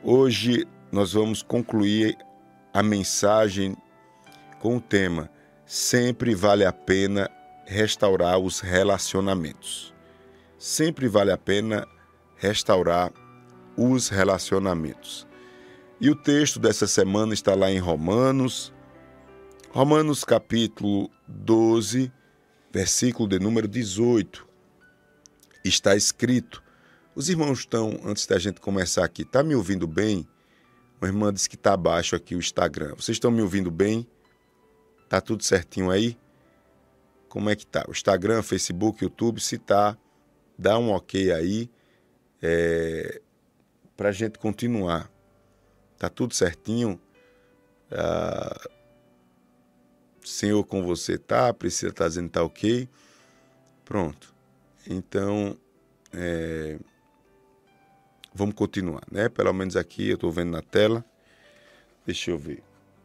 Hoje nós vamos concluir a mensagem com o tema Sempre vale a pena restaurar os relacionamentos. Sempre vale a pena restaurar os relacionamentos. E o texto dessa semana está lá em Romanos capítulo 12, versículo de número 18. Está escrito: os irmãos estão, antes da gente começar aqui, tá me ouvindo bem? Uma irmã disse que está abaixo aqui o Instagram. Vocês estão me ouvindo bem? Tá tudo certinho aí? Como é que tá? O Instagram, Facebook, YouTube, se tá, dá um ok aí, pra gente continuar. Tá tudo certinho? Senhor, com você tá? Priscila tá dizendo que tá ok? Pronto. Então, vamos continuar, né? Pelo menos aqui eu tô vendo na tela. Deixa eu ver.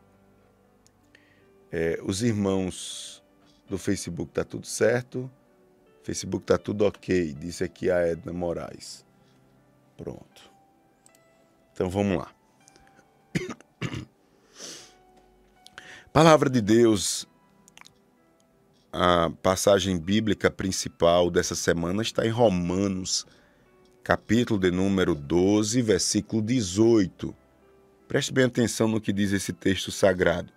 Os irmãos do Facebook tá tudo certo. Facebook tá tudo ok, disse aqui a Edna Moraes. Pronto. Então vamos lá. Palavra de Deus, a passagem bíblica principal dessa semana está em Romanos, capítulo de número 12, versículo 18. Preste bem atenção no que diz esse texto sagrado.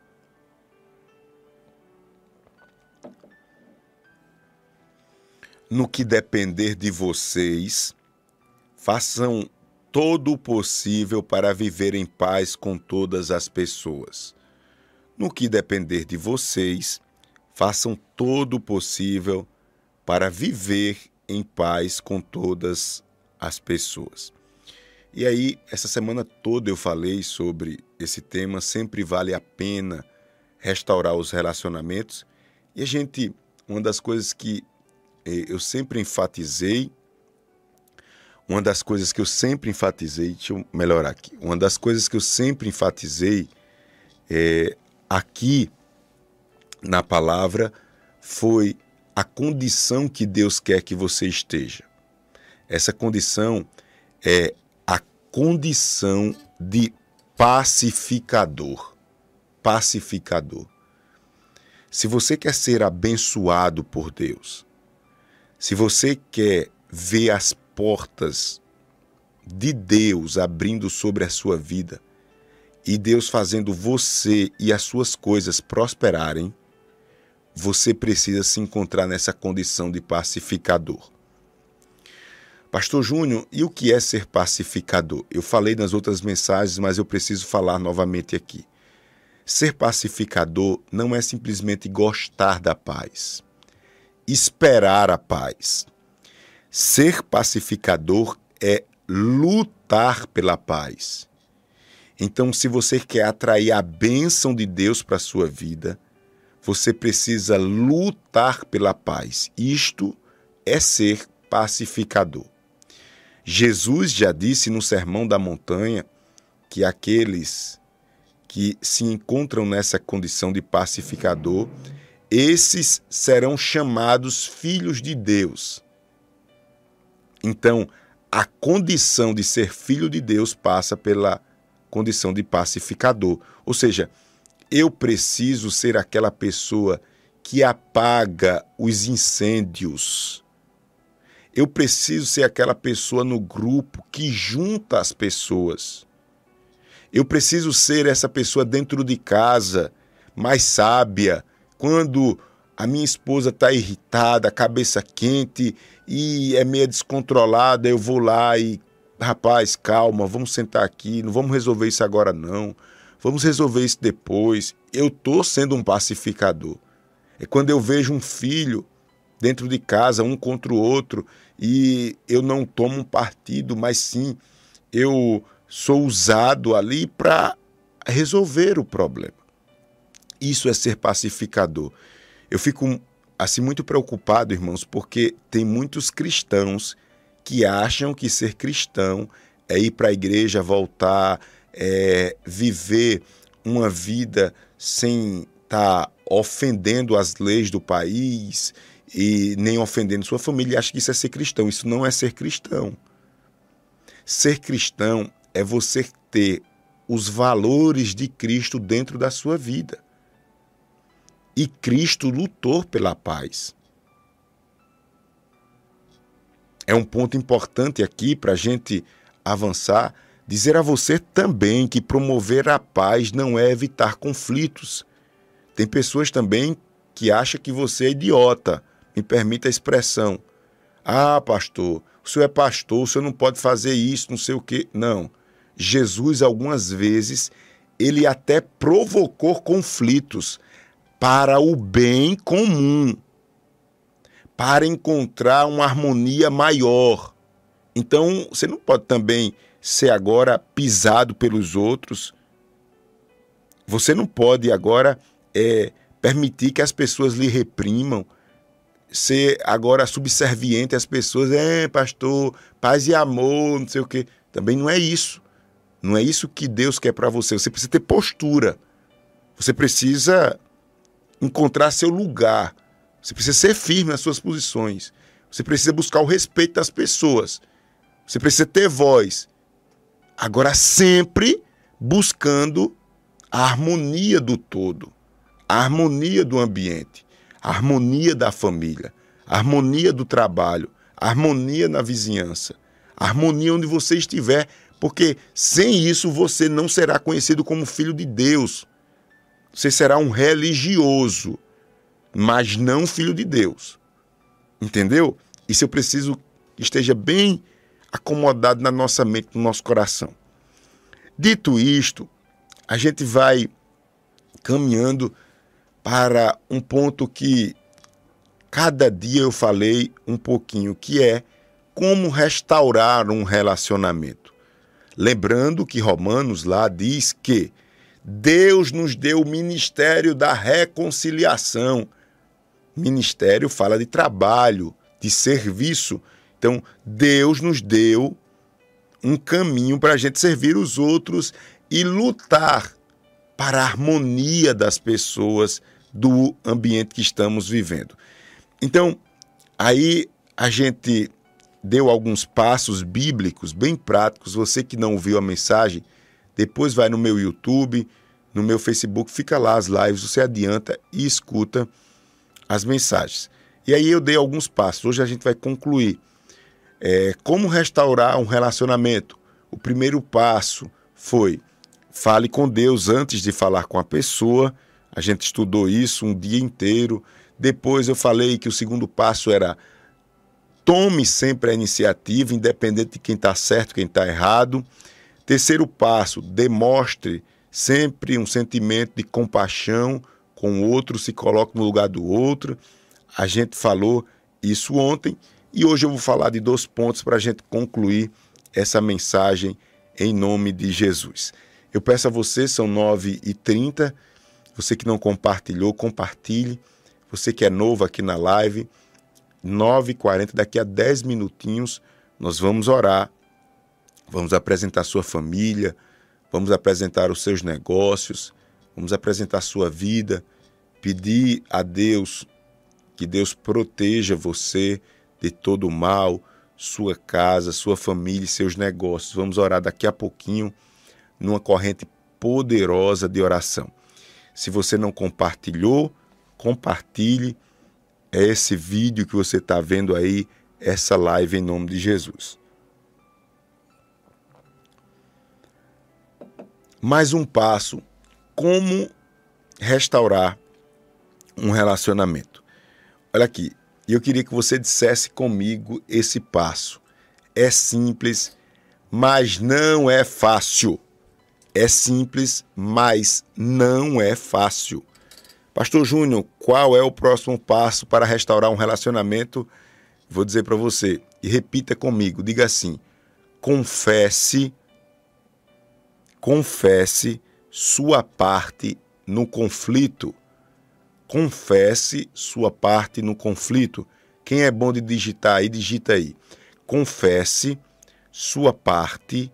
No que depender de vocês, façam todo o possível para viver em paz com todas as pessoas. No que depender de vocês, façam todo o possível para viver em paz com todas as pessoas. E aí, essa semana toda eu falei sobre esse tema, sempre vale a pena restaurar os relacionamentos. E uma das coisas que eu sempre enfatizei, deixa eu melhorar aqui. Uma das coisas que eu sempre enfatizei aqui na palavra foi a condição que Deus quer que você esteja. Essa condição é a condição de pacificador. Pacificador. Se você quer ser abençoado por Deus, se você quer ver as portas de Deus abrindo sobre a sua vida e Deus fazendo você e as suas coisas prosperarem, você precisa se encontrar nessa condição de pacificador. Pastor Júnior, e o que é ser pacificador? Eu falei nas outras mensagens, mas eu preciso falar novamente aqui. Ser pacificador não é simplesmente gostar da paz, esperar a paz. Ser pacificador é lutar pela paz. Então, se você quer atrair a bênção de Deus para a sua vida, você precisa lutar pela paz. Isto é ser pacificador. Jesus já disse no Sermão da Montanha que aqueles que se encontram nessa condição de pacificador, esses serão chamados filhos de Deus. Então, a condição de ser filho de Deus passa pela condição de pacificador. Ou seja, eu preciso ser aquela pessoa que apaga os incêndios. Eu preciso ser aquela pessoa no grupo que junta as pessoas. Eu preciso ser essa pessoa dentro de casa, mais sábia. Quando a minha esposa está irritada, cabeça quente e é meio descontrolada, eu vou lá e, rapaz, calma, vamos sentar aqui, não vamos resolver isso agora não, vamos resolver isso depois. Eu estou sendo um pacificador. É quando eu vejo um filho dentro de casa, um contra o outro, e eu não tomo um partido, mas sim, eu sou usado ali para resolver o problema. Isso é ser pacificador. Eu fico assim muito preocupado, irmãos, porque tem muitos cristãos que acham que ser cristão é ir para a igreja, voltar, viver uma vida sem estar ofendendo as leis do país e nem ofendendo sua família. Acha que isso é ser cristão. Isso não é ser cristão. Ser cristão é você ter os valores de Cristo dentro da sua vida. E Cristo lutou pela paz. É um ponto importante aqui para a gente avançar, dizer a você também que promover a paz não é evitar conflitos. Tem pessoas também que acham que você é idiota, me permita a expressão. Ah, pastor, o senhor é pastor, o senhor não pode fazer isso, não sei o quê. Não. Jesus, algumas vezes, ele até provocou conflitos para o bem comum, para encontrar uma harmonia maior. Então, você não pode também ser agora pisado pelos outros. Você não pode agora permitir que as pessoas lhe reprimam, ser agora subserviente às pessoas. Pastor, paz e amor, não sei o quê. Também não é isso. Não é isso que Deus quer para você. Você precisa ter postura. Você precisa encontrar seu lugar. Você precisa ser firme nas suas posições. Você precisa buscar o respeito das pessoas. Você precisa ter voz. Agora, sempre buscando a harmonia do todo, a harmonia do ambiente, a harmonia da família, a harmonia do trabalho, a harmonia na vizinhança, a harmonia onde você estiver, porque sem isso você não será conhecido como filho de Deus. Você será um religioso, mas não filho de Deus. Entendeu? Isso eu preciso que esteja bem acomodado na nossa mente, no nosso coração. Dito isto, a gente vai caminhando para um ponto que cada dia eu falei um pouquinho, que é como restaurar um relacionamento. Lembrando que Romanos lá diz que Deus nos deu o ministério da reconciliação. Ministério fala de trabalho, de serviço. Então, Deus nos deu um caminho para a gente servir os outros e lutar para a harmonia das pessoas do ambiente que estamos vivendo. Então, aí a gente deu alguns passos bíblicos bem práticos. Você que não ouviu a mensagem, depois vai no meu YouTube, no meu Facebook, fica lá as lives, você adianta e escuta as mensagens. E aí eu dei alguns passos. Hoje a gente vai concluir. Como restaurar um relacionamento? O primeiro passo foi: fale com Deus antes de falar com a pessoa. A gente estudou isso um dia inteiro. Depois eu falei que o segundo passo era: tome sempre a iniciativa, independente de quem está certo, quem está errado. Terceiro passo: demonstre sempre um sentimento de compaixão com o outro, se coloque no lugar do outro. A gente falou isso ontem e hoje eu vou falar de 2 pontos para a gente concluir essa mensagem em nome de Jesus. Eu peço a você, são 9h30, você que não compartilhou, compartilhe. Você que é novo aqui na live, 9h40, daqui a 10 minutinhos nós vamos orar, vamos apresentar sua família, vamos apresentar os seus negócios, vamos apresentar a sua vida, pedir a Deus que Deus proteja você de todo o mal, sua casa, sua família e seus negócios. Vamos orar daqui a pouquinho numa corrente poderosa de oração. Se você não compartilhou, compartilhe esse vídeo que você está vendo aí, essa live em nome de Jesus. Mais um passo, como restaurar um relacionamento. Olha aqui, eu queria que você dissesse comigo esse passo. É simples, mas não é fácil. É simples, mas não é fácil. Pastor Júnior, qual é o próximo passo para restaurar um relacionamento? Vou dizer para você, e repita comigo, diga assim: confesse sua parte no conflito. Confesse sua parte no conflito. Quem é bom de digitar aí, digita aí. Confesse sua parte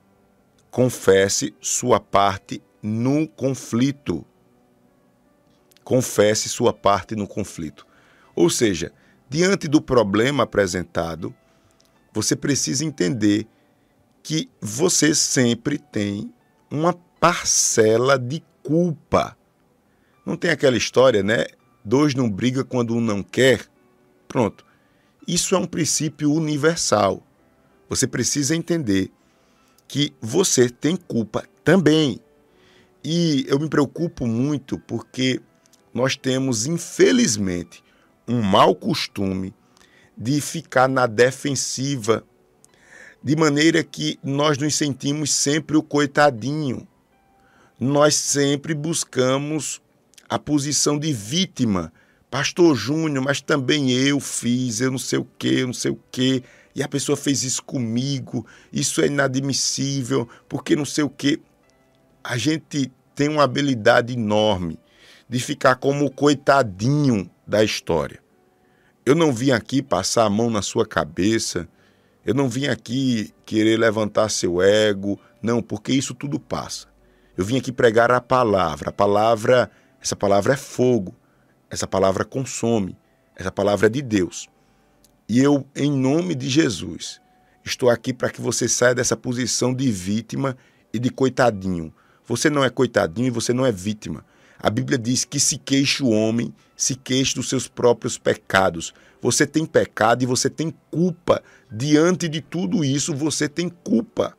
no conflito. Confesse sua parte no conflito. Ou seja, diante do problema apresentado, você precisa entender que você sempre tem uma parcela de culpa. Não tem aquela história, né? Dois não brigam quando um não quer. Pronto. Isso é um princípio universal. Você precisa entender que você tem culpa também. E eu me preocupo muito porque nós temos, infelizmente, um mau costume de ficar na defensiva, de maneira que nós nos sentimos sempre o coitadinho. Nós sempre buscamos a posição de vítima. Pastor Júnior, mas também eu fiz, eu não sei o quê, e a pessoa fez isso comigo, isso é inadmissível, porque não sei o quê. A gente tem uma habilidade enorme de ficar como o coitadinho da história. Eu não vim aqui passar a mão na sua cabeça, eu não vim aqui querer levantar seu ego, não, porque isso tudo passa. Eu vim aqui pregar a palavra, essa palavra é fogo, essa palavra consome, essa palavra é de Deus. E eu, em nome de Jesus, estou aqui para que você saia dessa posição de vítima e de coitadinho. Você não é coitadinho e você não é vítima. A Bíblia diz que se queixa o homem, se queixa dos seus próprios pecados. Você tem pecado e você tem culpa. Diante de tudo isso, você tem culpa.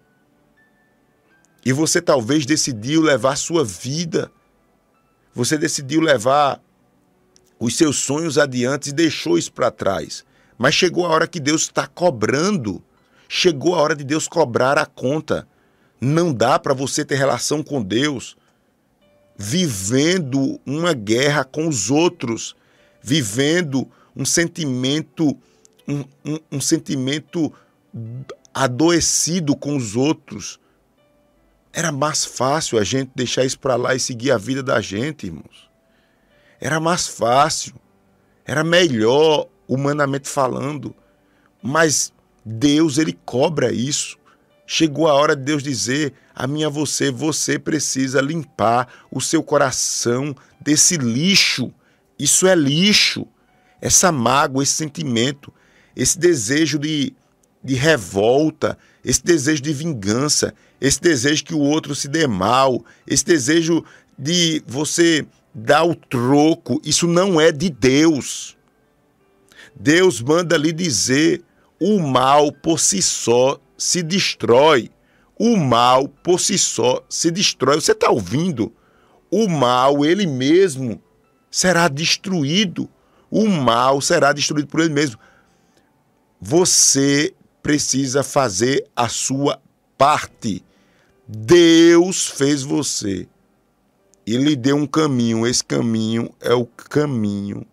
E você talvez decidiu levar a sua vida. Você decidiu levar os seus sonhos adiante e deixou isso para trás. Mas chegou a hora que Deus está cobrando. Chegou a hora de Deus cobrar a conta. Não dá para você ter relação com Deus vivendo uma guerra com os outros, vivendo um sentimento, um sentimento adoecido com os outros. Era mais fácil a gente deixar isso para lá e seguir a vida da gente, irmãos. Era mais fácil, era melhor, humanamente falando. Mas Deus, ele cobra isso. Chegou a hora de Deus dizer a mim e a você, você precisa limpar o seu coração desse lixo. Isso é lixo. Essa mágoa, esse sentimento, esse desejo de revolta, esse desejo de vingança, esse desejo que o outro se dê mal, esse desejo de você dar o troco, isso não é de Deus. Deus manda lhe dizer, o mal por si só se destrói. O mal por si só se destrói. Você está ouvindo? O mal, ele mesmo, será destruído. O mal será destruído por ele mesmo. Você precisa fazer a sua parte. Deus fez você. Ele lhe deu um caminho. Esse caminho é o caminho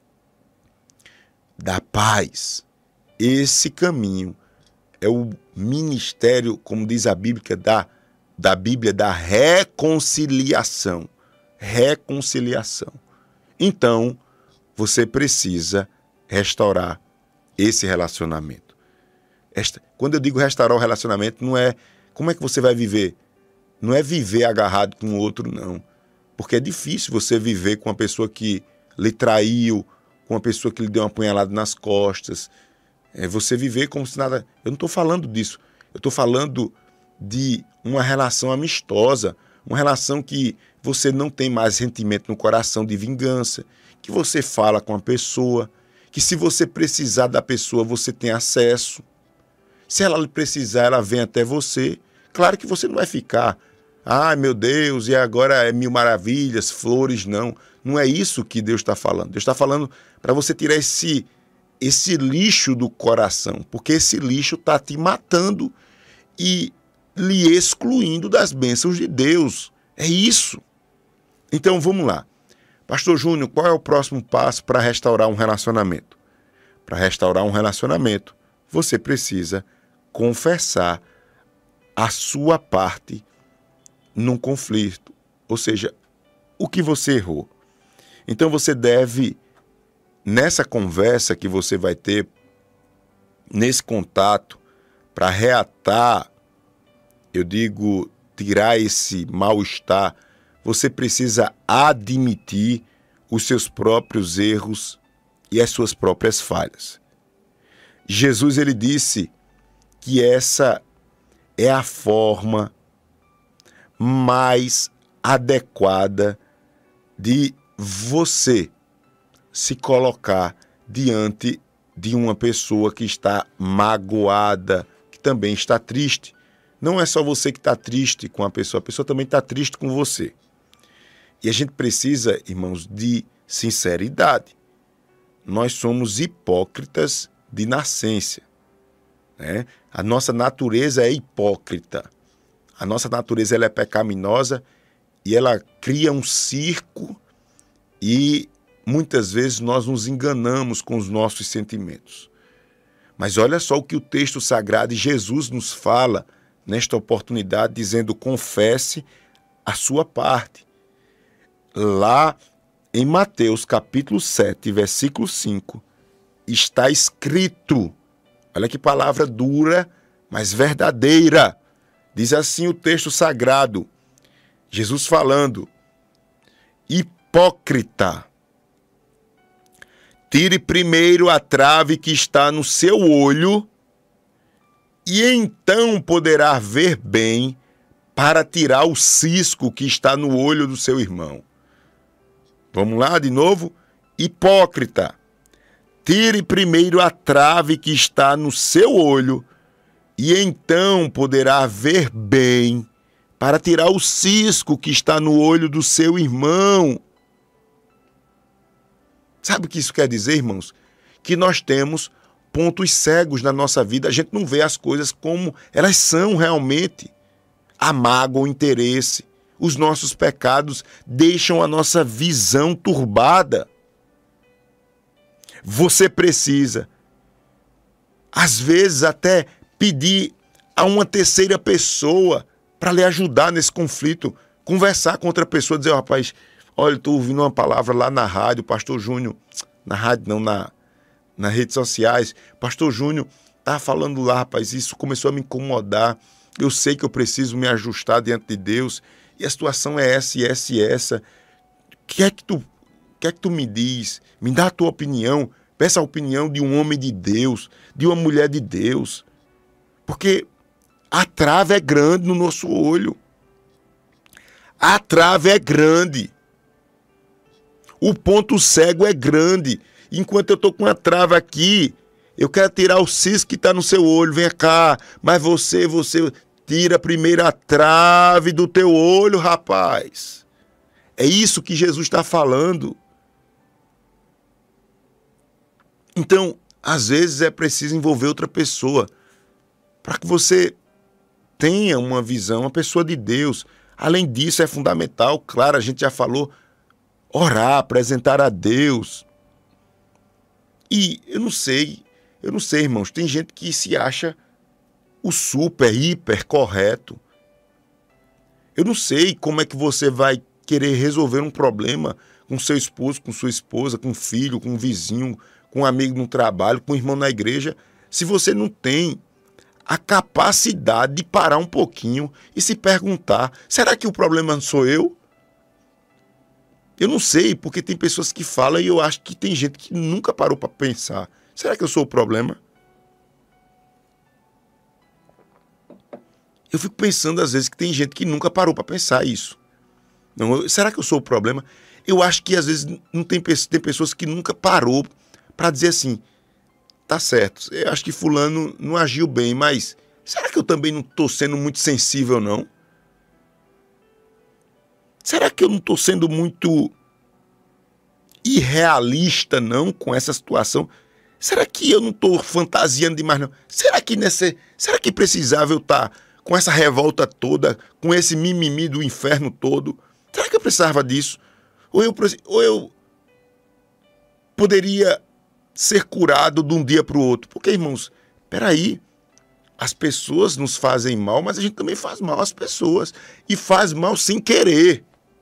da paz. Esse caminho é o ministério, como diz a Bíblia, da Bíblia, da reconciliação. Reconciliação. Então, você precisa restaurar esse relacionamento. Quando eu digo restaurar o relacionamento, não é como é que você vai viver. Não é viver agarrado com o outro, não. Porque é difícil você viver com uma pessoa que lhe traiu, com uma pessoa que lhe deu uma apunhalada nas costas. É você viver como se nada... Eu não estou falando disso. Eu estou falando de uma relação amistosa, uma relação que você não tem mais sentimento no coração de vingança, que você fala com a pessoa, que se você precisar da pessoa, você tem acesso. Se ela lhe precisar, ela vem até você. Claro que você não vai ficar, ai meu Deus, e agora é mil maravilhas, flores, não. Não é isso que Deus está falando. Deus está falando para você tirar esse lixo do coração, porque esse lixo está te matando e lhe excluindo das bênçãos de Deus. É isso. Então vamos lá. Pastor Júnior, qual é o próximo passo para restaurar um relacionamento? Para restaurar um relacionamento, você precisa confessar a sua parte num conflito, ou seja, o que você errou. Então você deve, nessa conversa que você vai ter, nesse contato, para reatar, eu digo, tirar esse mal-estar, você precisa admitir os seus próprios erros e as suas próprias falhas. Jesus, ele disse que essa é a forma mais adequada de você se colocar diante de uma pessoa que está magoada, que também está triste. Não é só você que está triste com a pessoa também está triste com você. E a gente precisa, irmãos, de sinceridade. Nós somos hipócritas de nascença, né? A nossa natureza é hipócrita. A nossa natureza ela é pecaminosa e ela cria um circo e muitas vezes nós nos enganamos com os nossos sentimentos. Mas olha só o que o texto sagrado e Jesus nos fala nesta oportunidade, dizendo: confesse a sua parte. Lá em Mateus capítulo 7, versículo 5, está escrito, olha que palavra dura, mas verdadeira. Diz assim o texto sagrado, Jesus falando: hipócrita, tire primeiro a trave que está no seu olho, e então poderá ver bem para tirar o cisco que está no olho do seu irmão. Vamos lá de novo? Hipócrita, tire primeiro a trave que está no seu olho, e então poderá ver bem para tirar o cisco que está no olho do seu irmão. Sabe o que isso quer dizer, irmãos? Que nós temos pontos cegos na nossa vida. A gente não vê as coisas como elas são realmente. A mágoa, o interesse, os nossos pecados deixam a nossa visão turbada. Você precisa, às vezes, até pedir a uma terceira pessoa para lhe ajudar nesse conflito. Conversar com outra pessoa, dizer: rapaz, olha, estou ouvindo uma palavra lá na rádio, Pastor Júnior, na rádio não, nas redes sociais, Pastor Júnior estava falando lá, rapaz, isso começou a me incomodar, eu sei que eu preciso me ajustar diante de Deus, e a situação é essa, e essa, e essa. O que é que tu me diz? Me dá a tua opinião, peça a opinião de um homem de Deus, de uma mulher de Deus, porque a trave é grande no nosso olho. A trave é grande. O ponto cego é grande. Enquanto eu estou com a trave aqui, eu quero tirar o cisco que está no seu olho. Vem cá, mas você tira primeiro a trave do teu olho, rapaz. É isso que Jesus está falando. Então, às vezes é preciso envolver outra pessoa para que você tenha uma visão, uma pessoa de Deus. Além disso, é fundamental, claro, a gente já falou, orar, apresentar a Deus. E eu não sei, irmãos, tem gente que se acha o super, hiper correto. Eu não sei como é que você vai querer resolver um problema com seu esposo, com sua esposa, com um filho, com um vizinho, com um amigo no trabalho, com um irmão na igreja, se você não tem a capacidade de parar um pouquinho e se perguntar: será que o problema sou eu? Eu não sei, porque tem pessoas que falam e eu acho que tem gente que nunca parou para pensar: será que eu sou o problema? Eu fico pensando às vezes que tem gente que nunca parou para pensar isso. Não, será que eu sou o problema? Eu acho que às vezes não tem pessoas que nunca parou para dizer assim: tá certo, eu acho que fulano não agiu bem, mas será que eu também não estou sendo muito sensível, não? Será que eu não estou sendo muito irrealista, não, com essa situação? Será que eu não estou fantasiando demais, não? Será que precisava eu estar com essa revolta toda, com esse mimimi do inferno todo? Será que eu precisava disso? Ou eu poderia ser curado de um dia para o outro? Porque, irmãos, peraí, as pessoas nos fazem mal, mas a gente também faz mal às pessoas. E faz mal sem querer.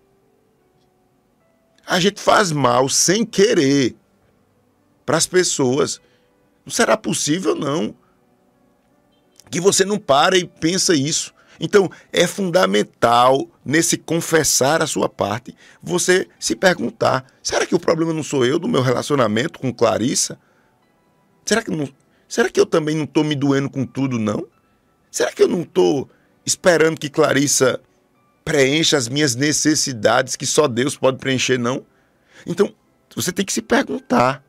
A gente faz mal sem querer para as pessoas. Não será possível, não, que você não para e pensa isso. Então, é fundamental, nesse confessar a sua parte, você se perguntar: será que o problema não sou eu do meu relacionamento com Clarissa? Será que eu também não estou me doendo com tudo, não? Será que eu não estou esperando que Clarissa preencha as minhas necessidades que só Deus pode preencher, não? Então, você tem que se perguntar.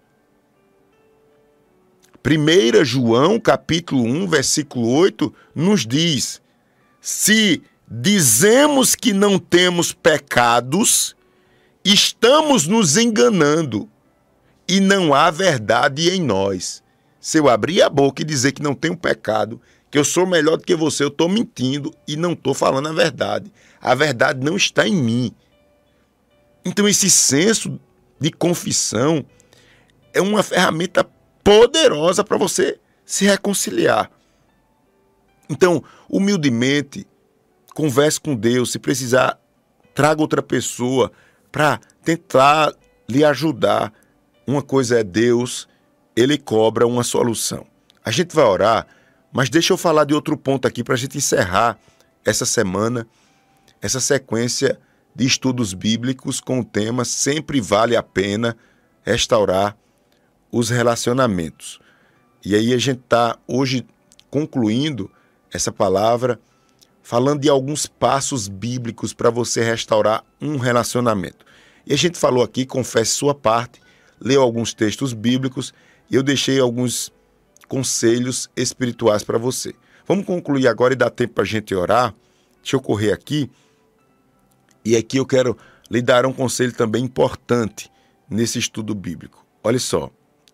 1 João, capítulo 1, versículo 8, nos diz: se dizemos que não temos pecados, estamos nos enganando e não há verdade em nós. Se eu abrir a boca e dizer que não tenho pecado, que eu sou melhor do que você, eu estou mentindo e não estou falando a verdade. A verdade não está em mim. Então esse senso de confissão é uma ferramenta poderosa para você se reconciliar. Então, humildemente, converse com Deus. Se precisar, traga outra pessoa para tentar lhe ajudar. Uma coisa é Deus, Ele cobra uma solução. A gente vai orar, mas deixa eu falar de outro ponto aqui para a gente encerrar essa semana, essa sequência de estudos bíblicos com o tema Sempre Vale a Pena Restaurar os Relacionamentos. E aí a gente está hoje concluindo essa palavra, falando de alguns passos bíblicos para você restaurar um relacionamento. E a gente falou aqui, confesse sua parte, leu alguns textos bíblicos e eu deixei alguns conselhos espirituais para você. Vamos concluir agora e dar tempo para a gente orar. Deixa eu correr aqui. E aqui eu quero lhe dar um conselho também importante nesse estudo bíblico. Olha só.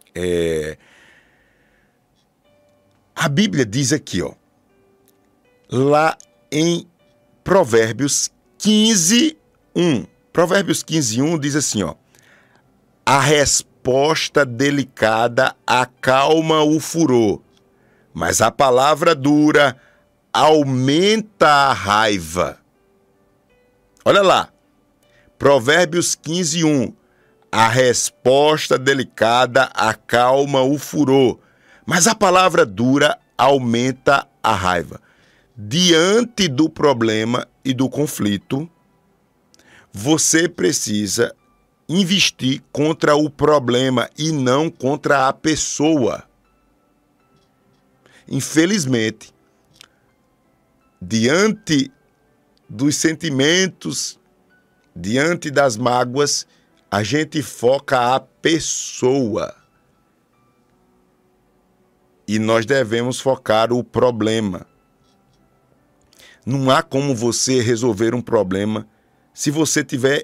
A Bíblia diz aqui, ó, lá em Provérbios 15:1. Provérbios 15:1 diz assim, ó: a resposta delicada acalma o furor, mas a palavra dura aumenta a raiva. Olha lá, Provérbios 15:1. A resposta delicada acalma o furor, mas a palavra dura aumenta a raiva. Diante do problema e do conflito, você precisa investir contra o problema e não contra a pessoa. Infelizmente, diante dos sentimentos, diante das mágoas, a gente foca a pessoa. E nós devemos focar o problema. Não há como você resolver um problema se você tiver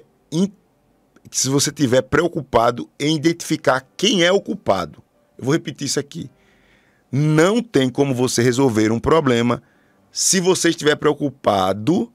preocupado em identificar quem é o culpado. Eu vou repetir isso aqui. Não tem como você resolver um problema se você estiver preocupado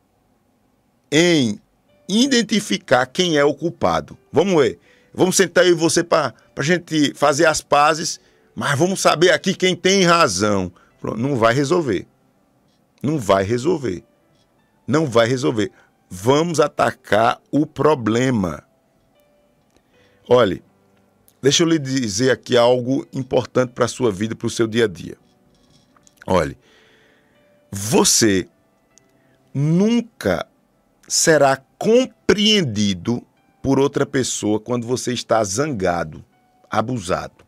em identificar quem é o culpado. Vamos ver. Vamos sentar eu e você para a gente fazer as pazes, mas vamos saber aqui quem tem razão. Não vai resolver. Não vai resolver. Não vai resolver. Vamos atacar o problema. Olhe, deixa eu lhe dizer aqui algo importante para a sua vida, para o seu dia a dia. Olhe, você nunca será compreendido por outra pessoa quando você está zangado, abusado.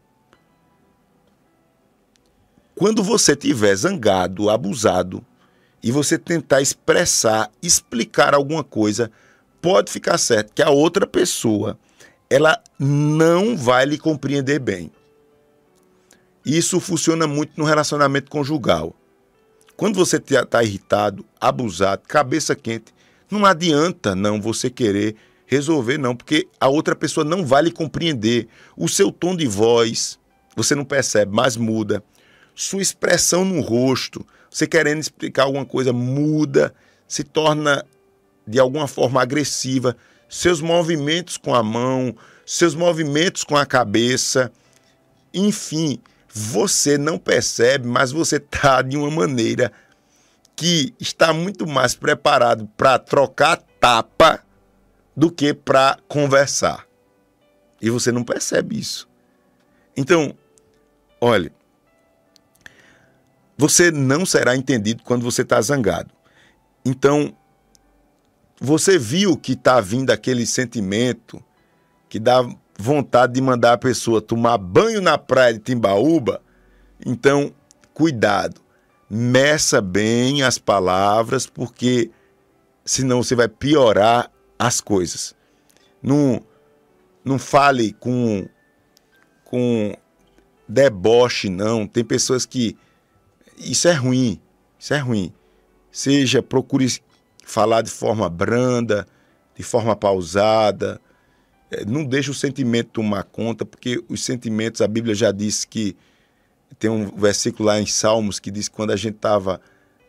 Quando você estiver zangado, abusado, e você tentar explicar alguma coisa, pode ficar certo que a outra pessoa, ela não vai lhe compreender bem. Isso funciona muito no relacionamento conjugal. Quando você está irritado, abusado, cabeça quente, não adianta não você querer resolver não, porque a outra pessoa não vai lhe compreender. O seu tom de voz, você não percebe, mas muda. Sua expressão no rosto, você querendo explicar alguma coisa, muda, se torna de alguma forma agressiva. Seus movimentos com a mão, seus movimentos com a cabeça, enfim, você não percebe, mas você está de uma maneira que está muito mais preparado para trocar tapa do que para conversar. E você não percebe isso. Então, olhe, você não será entendido quando você está zangado. Então, você viu que está vindo aquele sentimento que dá vontade de mandar a pessoa tomar banho na praia de Timbaúba? Então, cuidado. meça bem as palavras, porque senão você vai piorar as coisas. Não fale com deboche, não. Tem pessoas que... Isso é ruim. Procure falar de forma branda, de forma pausada. Não deixe o sentimento tomar conta, porque os sentimentos, a Bíblia já disse que... Tem um versículo lá em Salmos que diz que quando a gente estava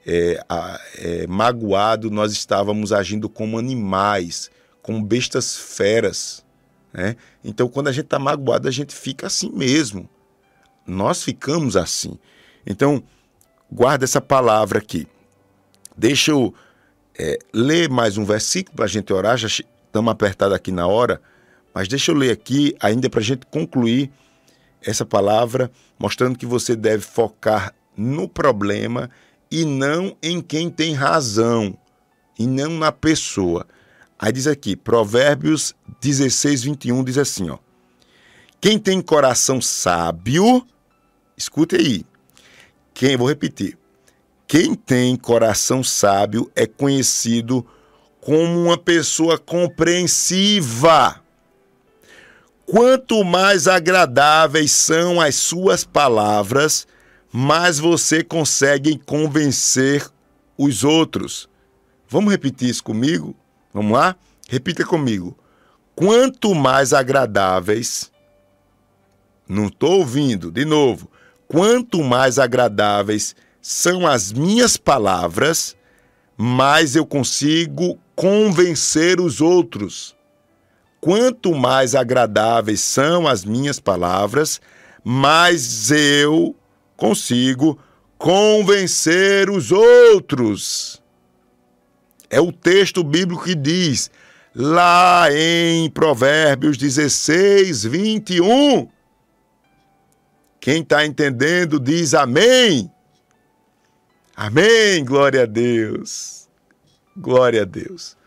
magoado, nós estávamos agindo como animais, como bestas feras, né? Então, quando a gente está magoado, a gente fica assim mesmo. Nós ficamos assim. Então, guarda essa palavra aqui. Deixa eu ler mais um versículo para a gente orar. Já estamos apertados aqui na hora, mas deixa eu ler aqui ainda para a gente concluir essa palavra, mostrando que você deve focar no problema e não em quem tem razão, e não na pessoa. Aí diz aqui, Provérbios 16, 21, diz assim, ó: quem tem coração sábio, escute aí, vou repetir, quem tem coração sábio é conhecido como uma pessoa compreensiva. Quanto mais agradáveis são as suas palavras, mais você consegue convencer os outros. Vamos repetir isso comigo? Vamos lá? Repita comigo. Quanto mais agradáveis... Não estou ouvindo, de novo. Quanto mais agradáveis são as minhas palavras, mais eu consigo convencer os outros. Quanto mais agradáveis são as minhas palavras, mais eu consigo convencer os outros. É o texto bíblico que diz, lá em Provérbios 16, 21. Quem está entendendo diz amém. Amém, glória a Deus. Glória a Deus.